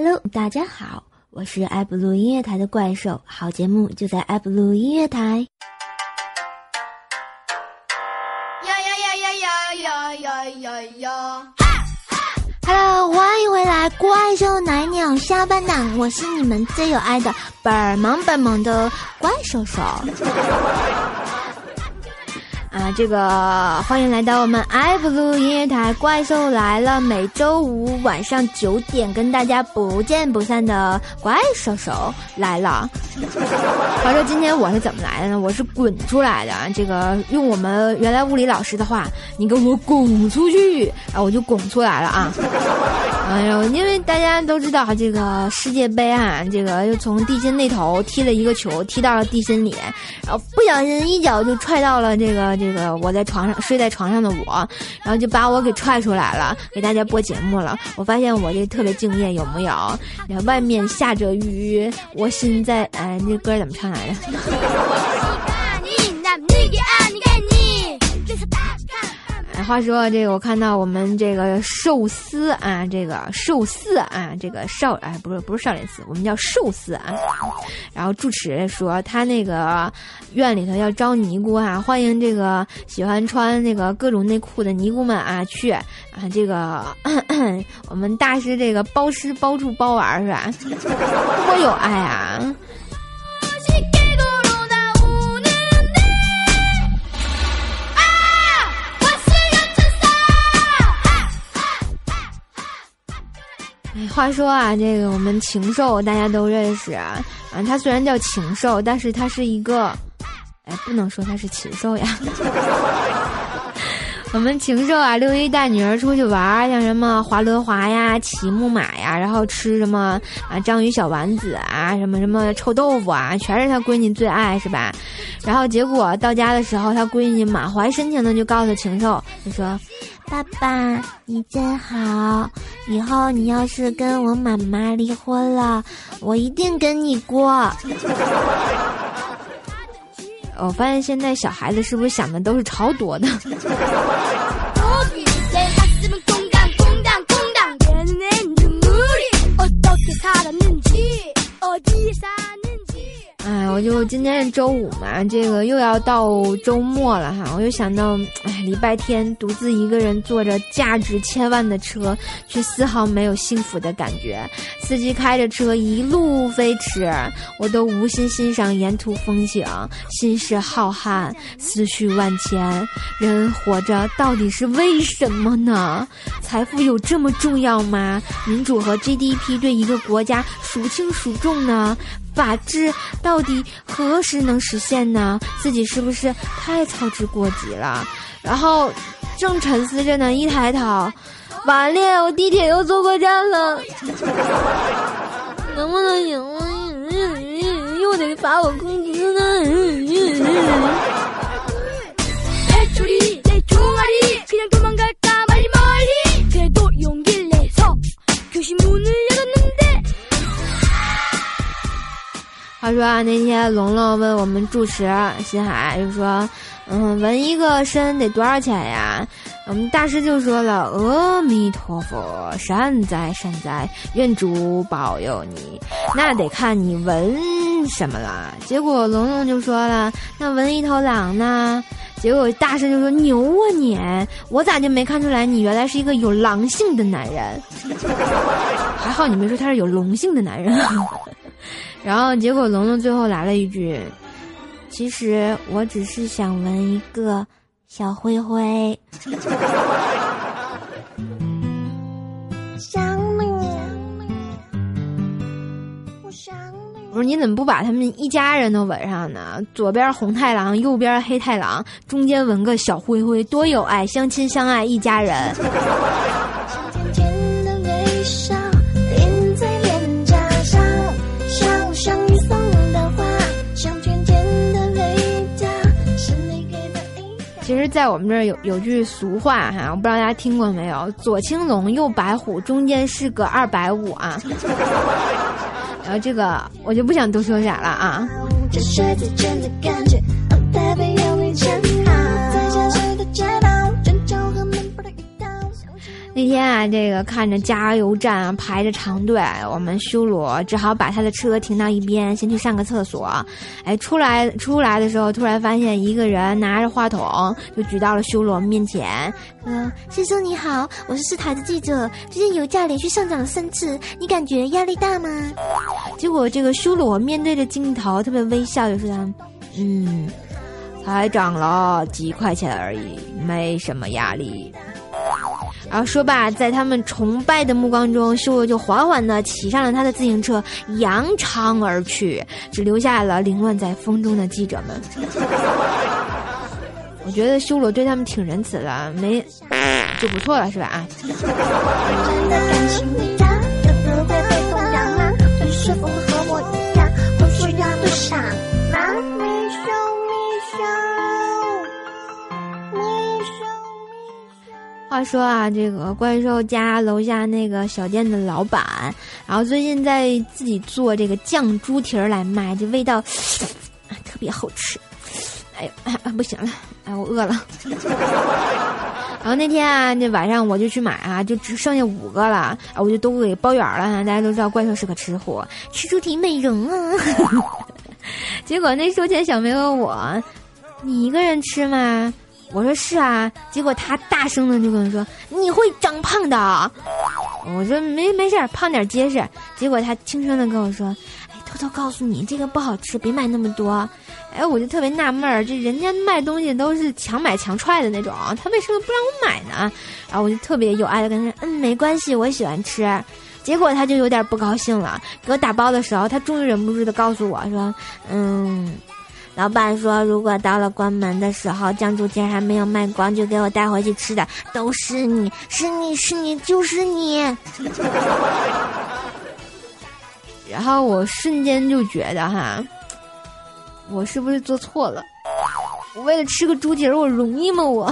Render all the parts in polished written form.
Hello， 大家好，我是爱布鲁音乐台的怪兽，好节目就在爱布鲁音乐台。Hello， 欢迎回来，怪兽奶鸟下半档，我是你们最有爱的本萌的怪兽兽。这个欢迎来到我们爱布鲁音乐台，怪兽来了，每周五晚上9点跟大家不见不散的怪兽兽来了。话说今天我是怎么来的呢？我是滚出来的，这个用我们原来物理老师的话，你给我拱出去，然后我就拱出来了啊。哎呦，因为大家都知道这个世界杯啊，这个又从地心那头踢了一个球，踢到了地心里，然后不小心一脚就踹到了这个我在床上睡在床上的我，然后就把我给踹出来了，给大家播节目了。我发现我这特别敬业，有没有？然后外面下着雨，我心在那歌怎么唱来着？话说这个，我看到我们这个寿司啊，这个寿司啊，这个不是少林寺，我们叫寿司啊。然后住持说他那个院里头要招尼姑啊，欢迎这个喜欢穿那个各种内裤的尼姑们啊去啊，这个我们大师这个包吃包住包玩是吧？多有爱啊！话说啊，这个我们禽兽大家都认识啊，它虽然叫禽兽，但是它是一个，不能说它是禽兽呀。我们禽兽啊，6一带女儿出去玩，像什么滑轮滑呀、骑木马呀，然后吃什么章鱼小丸子啊，什么臭豆腐啊，全是他闺女最爱，是吧？然后结果到家的时候，他闺女满怀深情的就告诉禽兽，就说：“爸爸，你真好，以后你要是跟我妈妈离婚了，我一定跟你过。”我发现现在小孩子是不是想的都是超多的？我就今天是周五嘛，这个又要到周末了哈，我就想到，礼拜天独自一个人坐着价值千万的车，却丝毫没有幸福的感觉。司机开着车一路飞驰，我都无心欣赏沿途风景，心事浩瀚，思绪万千。人活着到底是为什么呢？财富有这么重要吗？民主和 GDP 对一个国家孰轻孰重呢？法治到底何时能实现呢？自己是不是太操之过急了？然后正沉思着呢，一抬头，完了，我地铁又坐过站了，能不能行？又得罚我工资呢。话说啊，那天龙龙问我们住持新海，就说纹一个身得多少钱呀？我们大师就说了，阿弥陀佛，善哉善哉，愿主保佑你。那得看你纹什么了。结果龙龙就说了，那纹一头狼呢？结果大师就说，牛啊你，我咋就没看出来你原来是一个有狼性的男人？还好你没说他是有龙性的男人。然后结果龙龙最后来了一句，其实我只是想纹一个小灰灰。不是，你怎么不把他们一家人都纹上呢？左边红太狼，右边黑太狼，中间纹个小灰灰，多有爱，相亲相爱一家人。其实在我们这儿有句俗话哈，我不知道大家听过没有，左青龙右白虎，中间是个250啊。然后这个我就不想多说啥了啊。 那天啊，这个看着加油站啊排着长队，我们修罗只好把他的车停到一边，先去上个厕所。哎，出来的时候，突然发现一个人拿着话筒就举到了修罗面前，先生你好，我是市台的记者，最近油价连续上涨了3次，你感觉压力大吗？结果这个修罗面对着镜头特别微笑，就说才涨了几块钱而已，没什么压力。然后说罢，在他们崇拜的目光中，修罗就缓缓地骑上了他的自行车，扬长而去，只留下了凌乱在风中的记者们。我觉得修罗对他们挺仁慈的，就不错了，是吧？啊。真的感情你他会不会被动摇吗？你是否和我一样，会需要多少吗？话说啊，这个怪兽家楼下那个小店的老板，然后最近在自己做这个酱猪蹄儿来卖，这味道特别好吃。哎呦，不行了，我饿了。然后那天啊，这晚上我就去买啊，就只剩下5个了，我就都给包圆了。大家都知道怪兽是个吃货，吃猪蹄美容啊。结果那收钱小妹问我：“你一个人吃吗？”我说是啊，结果他大声的就跟我说：“你会长胖的。”我说没事，胖点结实。结果他轻声的跟我说：“偷偷告诉你，这个不好吃，别买那么多。”我就特别纳闷儿，这人家卖东西都是强买强踹的那种，他为什么不让我买呢？然后我就特别有爱的跟他说：“没关系，我喜欢吃。”结果他就有点不高兴了，给我打包的时候，他终于忍不住的告诉我说：“老板说，如果到了关门的时候，酱猪蹄还没有卖光，就给我带回去吃的。都是你，是你，就是你。”然后我瞬间就觉得我是不是做错了？我为了吃个猪蹄儿，我容易吗？我。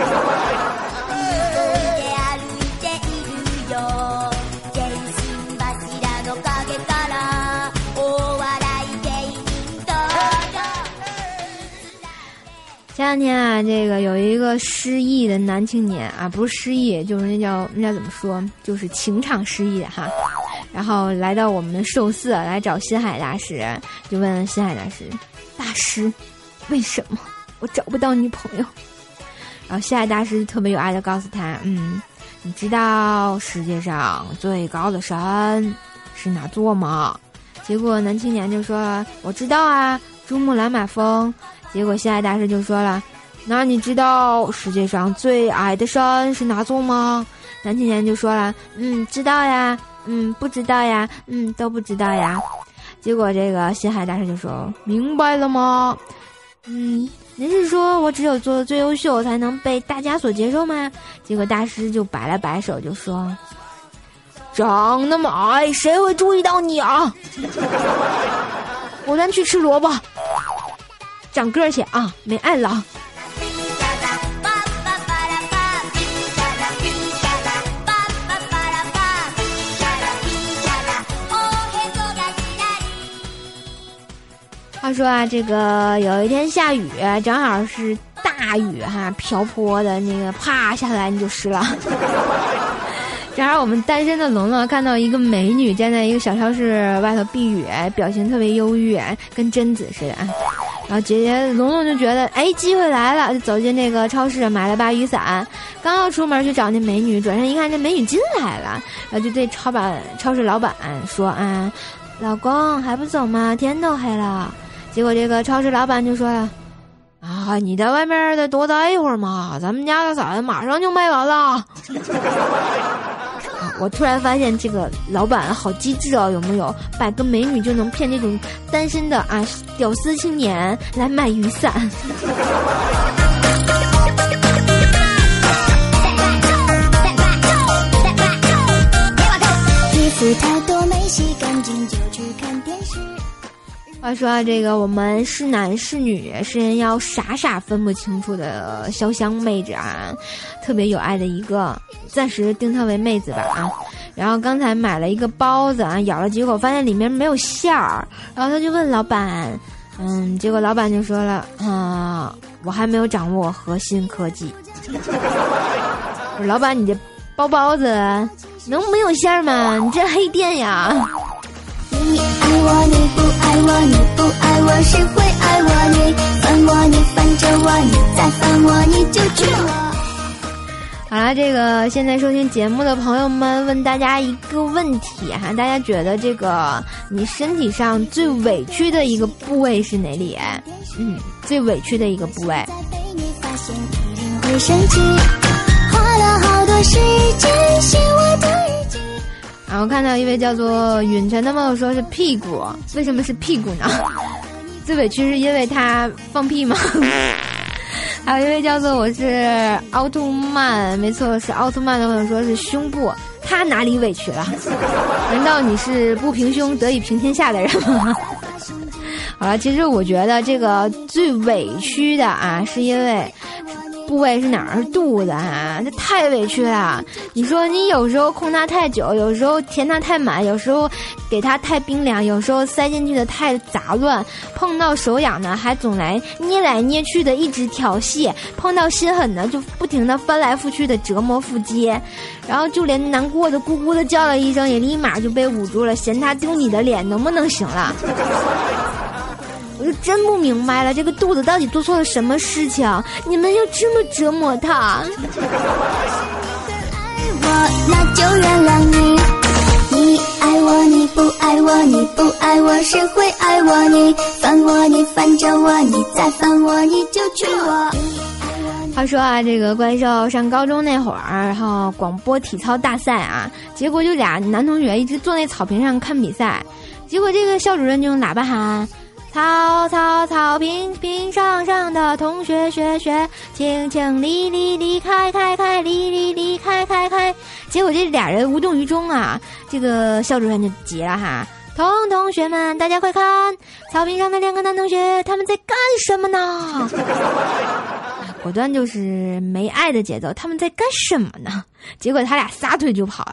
前两天啊，这个有一个失忆的男青年啊，不是失忆，就是那叫怎么说，就是情场失忆哈。然后来到我们的寿寺来找新海大师，就问新海大师：“大师，为什么我找不到女朋友？”然后新海大师特别有爱的告诉他：“你知道世界上最高的山是哪座吗？”结果男青年就说：“我知道啊，珠穆朗玛峰。”结果新海大师就说了：“那你知道世界上最矮的山是哪座吗？”男青年就说了：“知道呀，不知道呀，都不知道呀。”结果这个新海大师就说：“明白了吗？您是说我只有做的最优秀才能被大家所接受吗？”结果大师就摆了摆手就说：“长那么矮，谁会注意到你啊？我咱去吃萝卜。长个去啊，没爱了。”话说啊，这个有一天下雨，正好是大雨瓢泼的那个，啪下来你就湿了。正好我们单身的龙龙看到一个美女站在一个小超市外头避雨，表情特别忧郁，跟贞子似的。然后姐姐龙龙就觉得机会来了，就走进那个超市买了把雨伞，刚要出门去找那美女，转身一看这美女进来了，然后就对超市老板说：“老公还不走吗？天都黑了。”结果这个超市老板就说了：“你在外面再多待一会儿嘛，咱们家的伞马上就卖完了。”我突然发现这个老板好机智哦，有没有？摆个美女就能骗这种单身的屌丝青年来买雨伞。衣服太多没洗干净就去看电视。话说这个我们是男是女是人妖傻分不清楚的潇湘妹子特别有爱的一个，暂时定她为妹子吧然后刚才买了一个包子咬了几口，发现里面没有馅儿，然后他就问老板，结果老板就说了，我还没有掌握核心科技。我说老板，你这包包子能没有馅儿吗？你这黑店呀！ 你爱我，你不爱我，你不爱我，谁会爱我？你烦我，你烦着我，你再烦我，你就娶我。 好啦，这个现在收听节目的朋友们，问大家一个问题哈，大家觉得这个你身体上最委屈的一个部位是哪里？最委屈的一个部位。 会生气，花了好多时间写我的日记。 然后看到一位叫做允晨的朋友说是屁股，为什么是屁股呢？最委屈是因为他放屁吗？还有一位叫做我是奥特曼，没错，是奥特曼的朋友说是胸部，他哪里委屈了？难道你是不平胸得以平天下的人吗？好了，其实我觉得这个最委屈的啊，是因为部位是哪儿？肚子啊，这太委屈了。你说你有时候控它太久，有时候填它太满，有时候给它太冰凉，有时候塞进去的太杂乱，碰到手痒呢还总来捏去的一直调戏，碰到心狠呢就不停的翻来覆去的折磨腹肌，然后就连难过的咕咕的叫了一声也立马就被捂住了，嫌它丢你的脸，能不能行了？我就真不明白了，这个肚子到底做错了什么事情？你们又这么折磨他？ 爱我，那就原谅你。你爱我，你不爱我，你不爱我，谁会爱我？你烦我，你烦着我，你再烦我，你就娶我。 话说啊，这个怪兽上高中那会儿，然后广播体操大赛啊，结果就俩男同学一直坐那草坪上看比赛，结果这个校主任就用喇叭喊。草坪上的同学学，请离开开。结果这俩人无动于衷啊，这个校主任就急了哈，同学们，大家快看，草坪上的两个男同学他们在干什么呢？果断就是没爱的节奏，他们在干什么呢？结果他俩撒腿就跑了。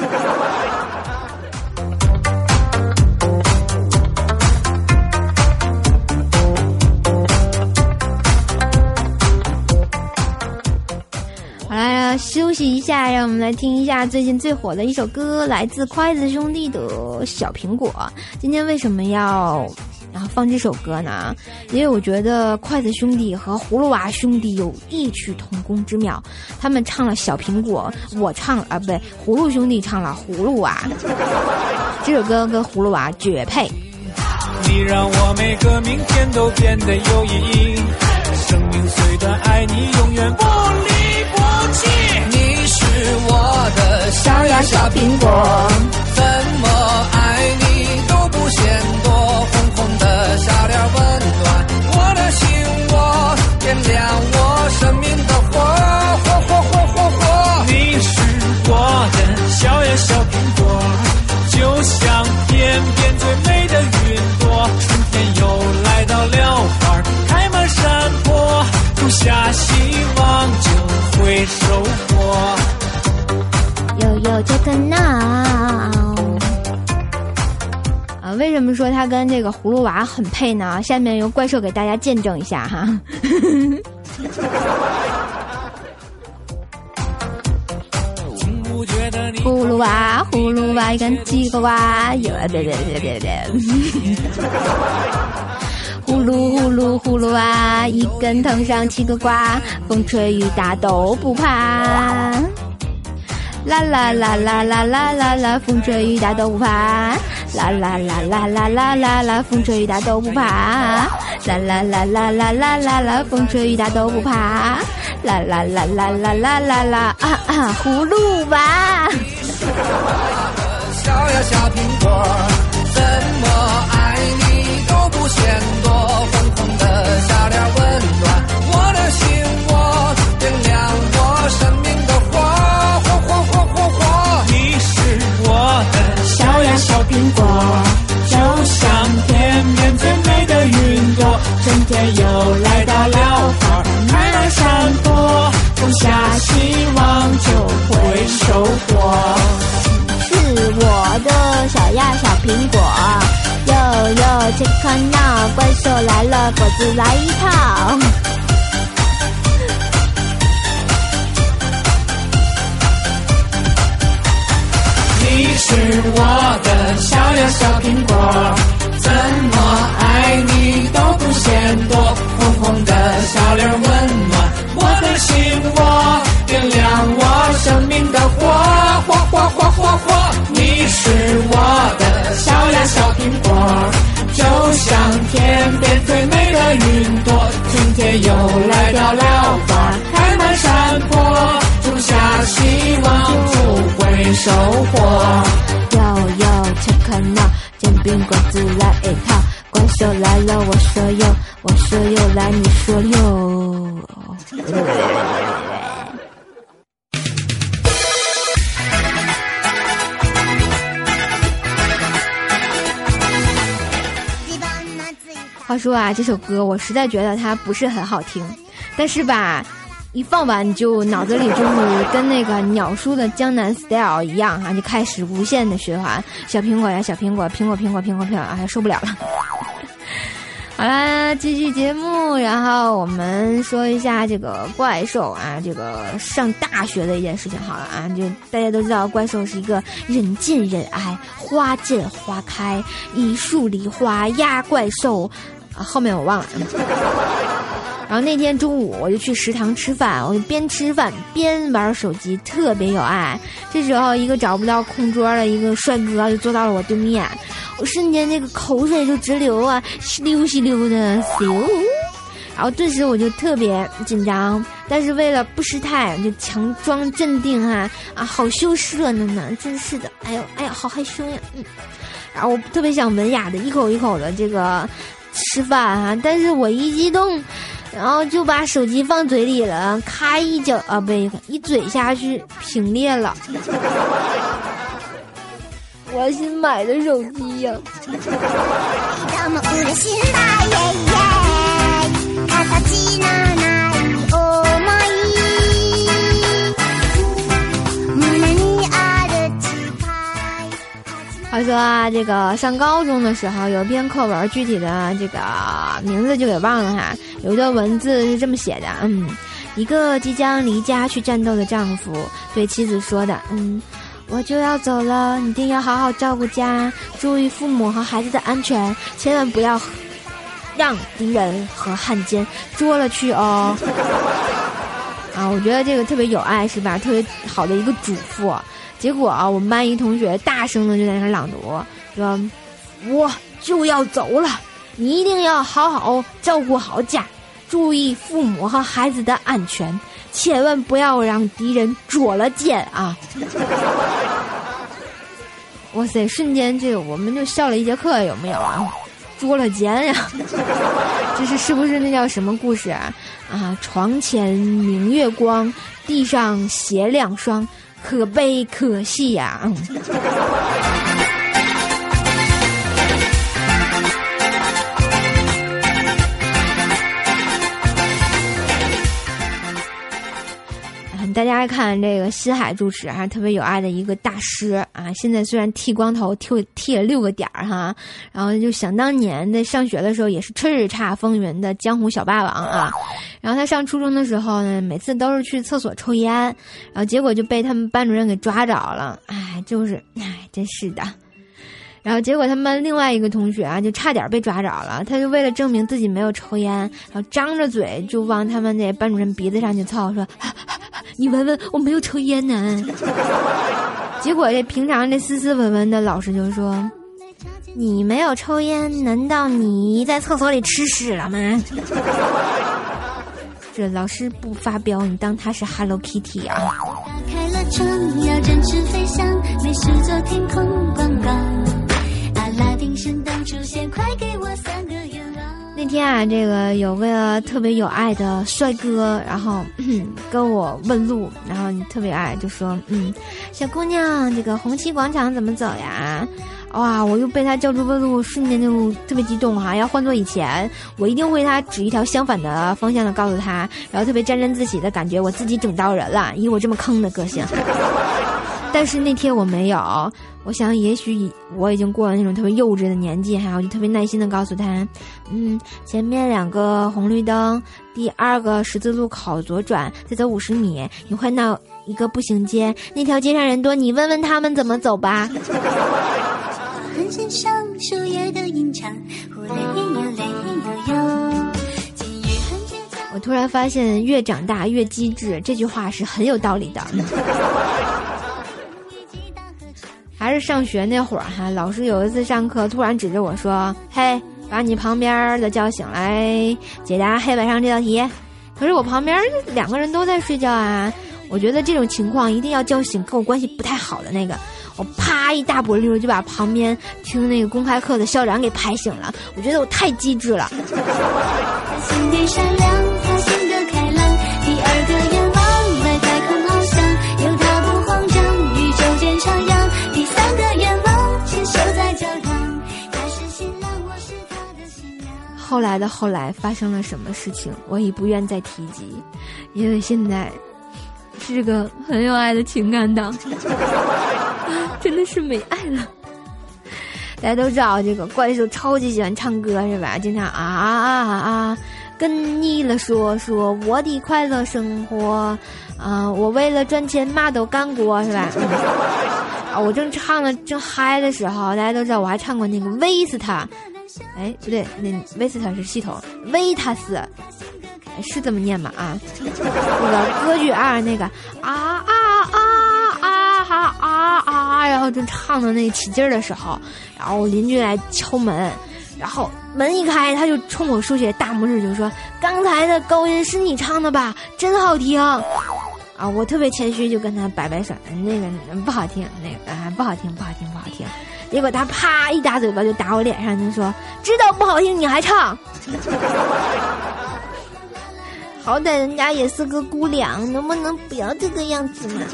好啦，休息一下，让我们来听一下最近最火的一首歌，来自筷子兄弟的《小苹果》。今天为什么要放这首歌呢？因为我觉得筷子兄弟和葫芦娃兄弟有异曲同工之妙，他们唱了小苹果，我唱了不对，葫芦兄弟唱了葫芦娃。这首歌跟葫芦娃绝配。 你让我每个明天都变得有意义，生命虽短，爱你永远不离不弃。你是我的小呀小苹果，怎么爱你都不嫌多，红红的笑脸温暖我的心窝，点亮我生命的火。你是我的小呀小苹果，就像天边最美的云朵，春天又来到了花开满山坡，种下希望就会收获。 有这个闹为什么说他跟这个葫芦娃很配呢？下面由怪兽给大家见证一下哈。葫芦娃跟几个娃，别。葫芦娃，一根藤上七个瓜，风吹雨打都不怕。啦啦啦啦啦啦啦啦，风吹雨打都不怕。啦啦啦啦啦啦啦啦，风吹雨打都不怕。啦啦啦啦啦啦啦啦，风吹雨打都不怕。啦啦啦啦啦啦啦啦葫芦娃。 小呀小苹果，怎么爱你都不嫌多，红红的笑脸温暖我的心窝，点亮我生命的火。你是我的小呀小苹果，就像天边最美的云朵，春天又来到了花开满山坡，种下希望就会收获。 我的小呀小苹果，哟切克闹，怪兽来了，果子来一套。 我的小呀小苹果，怎么爱你都不嫌多，红红的小脸温暖我的心窝，点亮我生命的火，火火火火火。你是我的小呀小苹果，就像天边最美的云朵，春天又来到了，花开满山坡，种下希望就会收获。 哟哟，巧克闹，煎饼果子来一套，怪兽来了，我说哟，我说哟来，你说哟。话说啊，这首歌我实在觉得它不是很好听，但是吧，一放完就脑子里就是跟那个鸟叔的江南 style 一样哈，就开始无限的循环。小苹果呀，小苹果，苹果苹果苹果苹果，哎，受不了了。好啦，继续节目，然后我们说一下这个怪兽啊，这个上大学的一件事情好了啊，就大家都知道怪兽是一个人见人爱、花见花开、一树梨花压怪兽啊，后面我忘了。然后那天中午我就去食堂吃饭，我就边吃饭边玩手机，特别有爱。这时候一个找不到空桌的一个帅哥就坐到了我对面，我瞬间这个口水就直流啊，稀溜稀溜的咻。然后顿时我就特别紧张，但是为了不失态，就强装镇定啊，好羞涩呢，真是的，哎呀，好害羞呀，然后我特别想文雅的一口一口的这个吃饭啊，但是我一激动，然后就把手机放嘴里了，咔一脚啊，不对，一嘴下去平裂了。我新买的手机呀。话说啊，这个上高中的时候有一篇课文，具体的这个名字就给忘了哈。有一段文字是这么写的，一个即将离家去战斗的丈夫对妻子说的，我就要走了，你一定要好好照顾家，注意父母和孩子的安全，千万不要让敌人和汉奸捉了去哦。啊，我觉得这个特别有爱是吧？特别好的一个嘱咐。结果啊，我们班一同学大声的就在那朗读，说我就要走了，你一定要好好照顾好家，注意父母和孩子的安全，千万不要让敌人捉了奸啊。哇塞，瞬间这个我们就笑了一节课，有没有啊？捉了奸呀，这是不是那叫什么故事啊？床前明月光，地上鞋两双，可悲可惜呀。大家看这个新海主持特别有爱的一个大师啊，现在虽然剃光头剃了6个点哈，然后就想当年在上学的时候也是叱咤风云的江湖小霸王啊。然后他上初中的时候呢，每次都是去厕所抽烟，然后结果就被他们班主任给抓着了，真是的。然后结果他们另外一个同学就差点被抓着了，他就为了证明自己没有抽烟，然后张着嘴就往他们这班主任鼻子上去凑，说你闻闻我没有抽烟呢。结果这平常这斯斯文文的老师就说，你没有抽烟，难道你在厕所里吃屎了吗？这老师不发飙，你当他是 Hello Kitty 啊。打开了窗，要展翅飞翔，没事做天空广告，阿拉丁神灯出现，快给我3个愿望。那天这个有个特别有爱的帅哥，然后跟我问路，然后你特别爱就说，小姑娘，这个红旗广场怎么走呀？哇！我又被他叫出问路，瞬间就特别激动哈！要换做以前，我一定会他指一条相反的方向的告诉他，然后特别沾沾自喜的感觉我自己整到人了，以我这么坑的个性。但是那天我没有，我想也许我已经过了那种特别幼稚的年纪哈，我就特别耐心的告诉他，前面2个红绿灯，第2个十字路口左转，再走50米，你一个步行街，那条街上人多，你问问他们怎么走吧。 很欣赏树叶的吟唱，忽冷又冷又有。 我突然发现越长大越机智，这句话是很有道理的。还是上学那会儿哈，老师有一次上课突然指着我说，嘿，把你旁边的叫醒来解答黑板上这道题。可是我旁边2个人都在睡觉啊，我觉得这种情况一定要叫醒跟我关系不太好的那个，我啪一大波溜就把旁边听那个公开课的校长给拍醒了。我觉得我太机智了。 心地善良，他性格开朗，第2个愿望外太空翱翔，有他不慌张，宇宙间徜徉，第3个愿望牵手在教堂，他是新郎，我是他的新娘。 后来发生了什么事情我已不愿再提及，因为现在是个很有爱的情感党。真的是没爱了。大家都知道这个怪兽超级喜欢唱歌是吧，经常跟腻了说我的快乐生活我为了赚钱嘛都干过是吧。我正唱的正嗨的时候，大家都知道我还唱过那个维斯塔，不对，那维斯塔是系统，维塔斯是这么念吗啊？那个歌剧2那个然后正唱的那起劲儿的时候，然后我邻居来敲门，然后门一开，他就冲我竖起大拇指，就说刚才的高音是你唱的吧，真好听啊！我特别谦虚就跟他摆摆手，那个不好听，那个不好听。结果他啪一大嘴巴就打我脸上，就说知道不好听你还唱。好歹人家也是个姑娘，能不能不要这个样子嘛？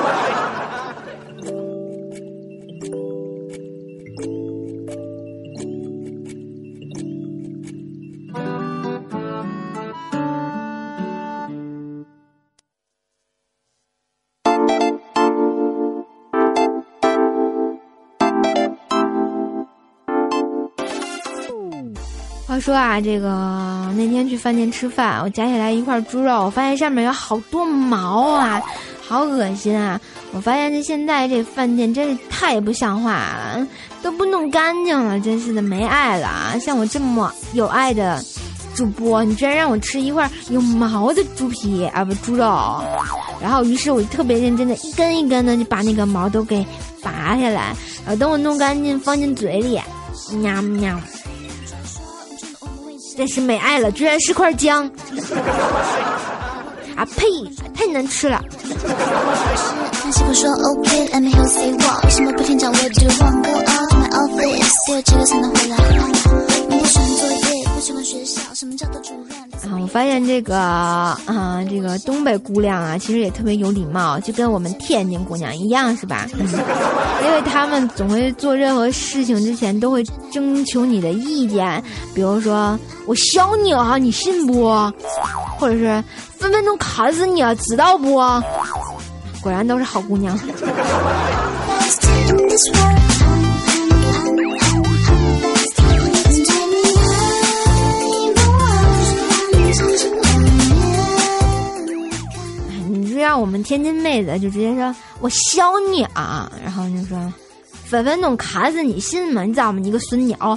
话说这个那天去饭店吃饭，我夹起来一块猪肉，我发现上面有好多毛啊，好恶心啊！我发现这现在这饭店真是太不像话了，都不弄干净了，真是的没爱了啊！像我这么有爱的主播，你居然让我吃一块有毛的猪皮猪肉，然后于是我特别认真的一根一根的就把那个毛都给拔下来，然后等我弄干净放进嘴里，喵喵。真是没爱了，居然是块姜呸，太难吃了。 他喜欢说 OK let me hear say what， 为什么不听讲 Where do you want go out to my office， 第二节课才能回来。你不喜欢作业，不喜欢学校，什么叫做主任？ 我发现这个东北姑娘其实也特别有礼貌，就跟我们天津姑娘一样是吧？因为他们总会做任何事情之前都会征求你的意见，比如说我削你你信不？或者是分分钟砍死你知道不？果然都是好姑娘。让我们天津妹子就直接说我削你然后就说分分钟砍死你信吗？你知道吗？你个孙鸟。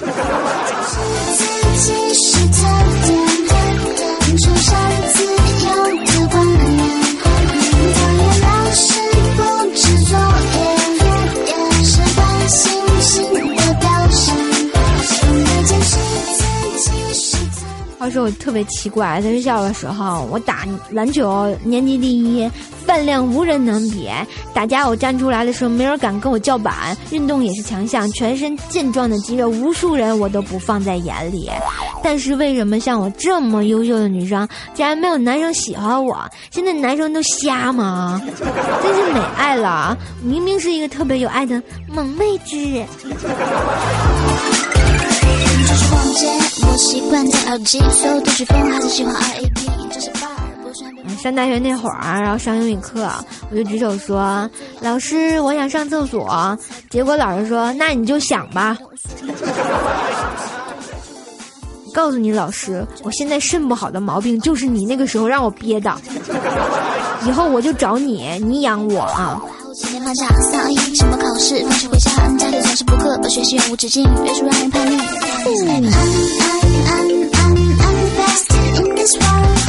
话说我特别奇怪，在学校的时候我打篮球年级第1，饭量无人能比，打架我站出来的时候没人敢跟我叫板，运动也是强项，全身健壮的肌肉无数人我都不放在眼里，但是为什么像我这么优秀的女生竟然没有男生喜欢我？现在男生都瞎吗？真是没爱了，明明是一个特别有爱的萌妹子。 逛街，我习惯在 LG， 所有的曲风还是喜欢 RAP， 这是巴尔不喜欢。 上大学那会儿然后上英语课，我就举手说老师我想上厕所，结果老师说那你就想吧。告诉你老师，我现在肾不好的毛病就是你那个时候让我憋的。 以后我就找你，你养我啊。 今天放假3而已，期末考试，放学回家，家里总是补课，把学习永无止境，约束让人叛逆。I'm the best in this world.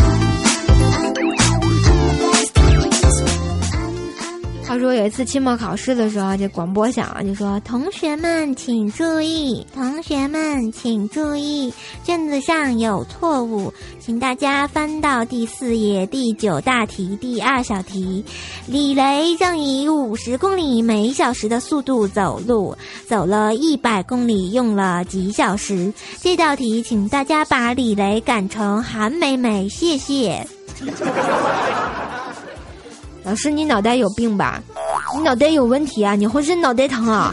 话说有一次期末考试的时候，这广播响了，就说同学们请注意，同学们请注意，卷子上有错误，请大家翻到第4页第9大题第2小题。李雷正以50公里每小时的速度走路，走了100公里用了几小时？这道题请大家把李雷改成韩美美，谢谢。老师，你脑袋有病吧？你脑袋有问题啊！你浑身脑袋疼啊！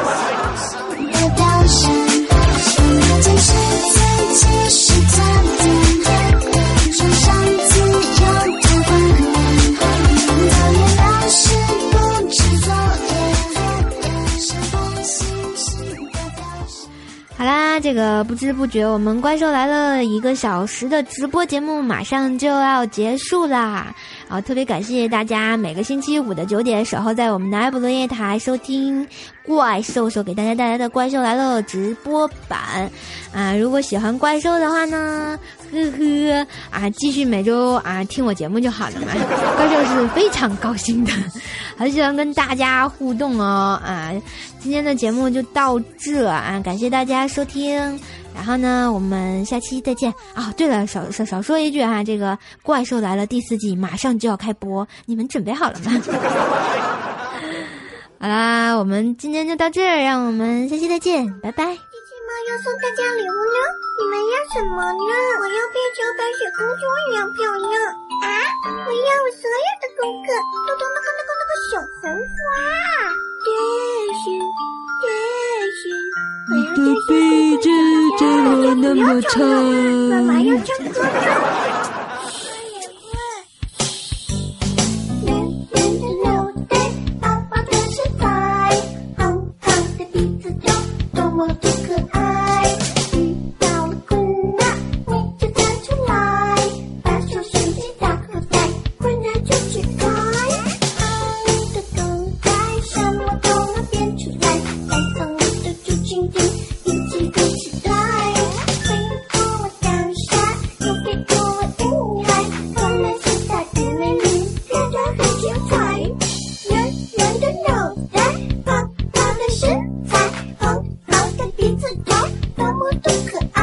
好啦，这个不知不觉我们怪兽来了1个小时的直播节目马上就要结束啦。好，特别感谢大家每个星期5的9点守候在我们的爱普罗夜台收听怪兽手给大家带来的怪兽来了直播版啊！如果喜欢怪兽的话呢，继续每周听我节目就好了嘛。怪兽是非常高兴的，很喜欢跟大家互动哦今天的节目就到这感谢大家收听。然后呢，我们下期再见对了，少说一句这个怪兽来了第4季马上就要开播，你们准备好了吗？好啦，我们今天就到这儿，让我们下期再见，拜拜。 姐姐们要送大家礼物呢，你们要什么呢？我要变成白雪公主一样漂亮我要我所有的功课都读那个小红花。 你的鼻子怎么那么长？ 妈妈要唱歌了。圆圆的脑袋，大大的身材，红红的鼻子多么的可爱。遇到了困难，你就站出来，把手伸进大口袋，困难就解开。你的等待，什么都能变出来，再从你的竹蜻蜓一起飞起来。飞过了江山，又飞过了云海，看来现在越美丽，变得很精彩。圆圆的脑袋，胖胖的身材，红红的鼻子多么的可爱。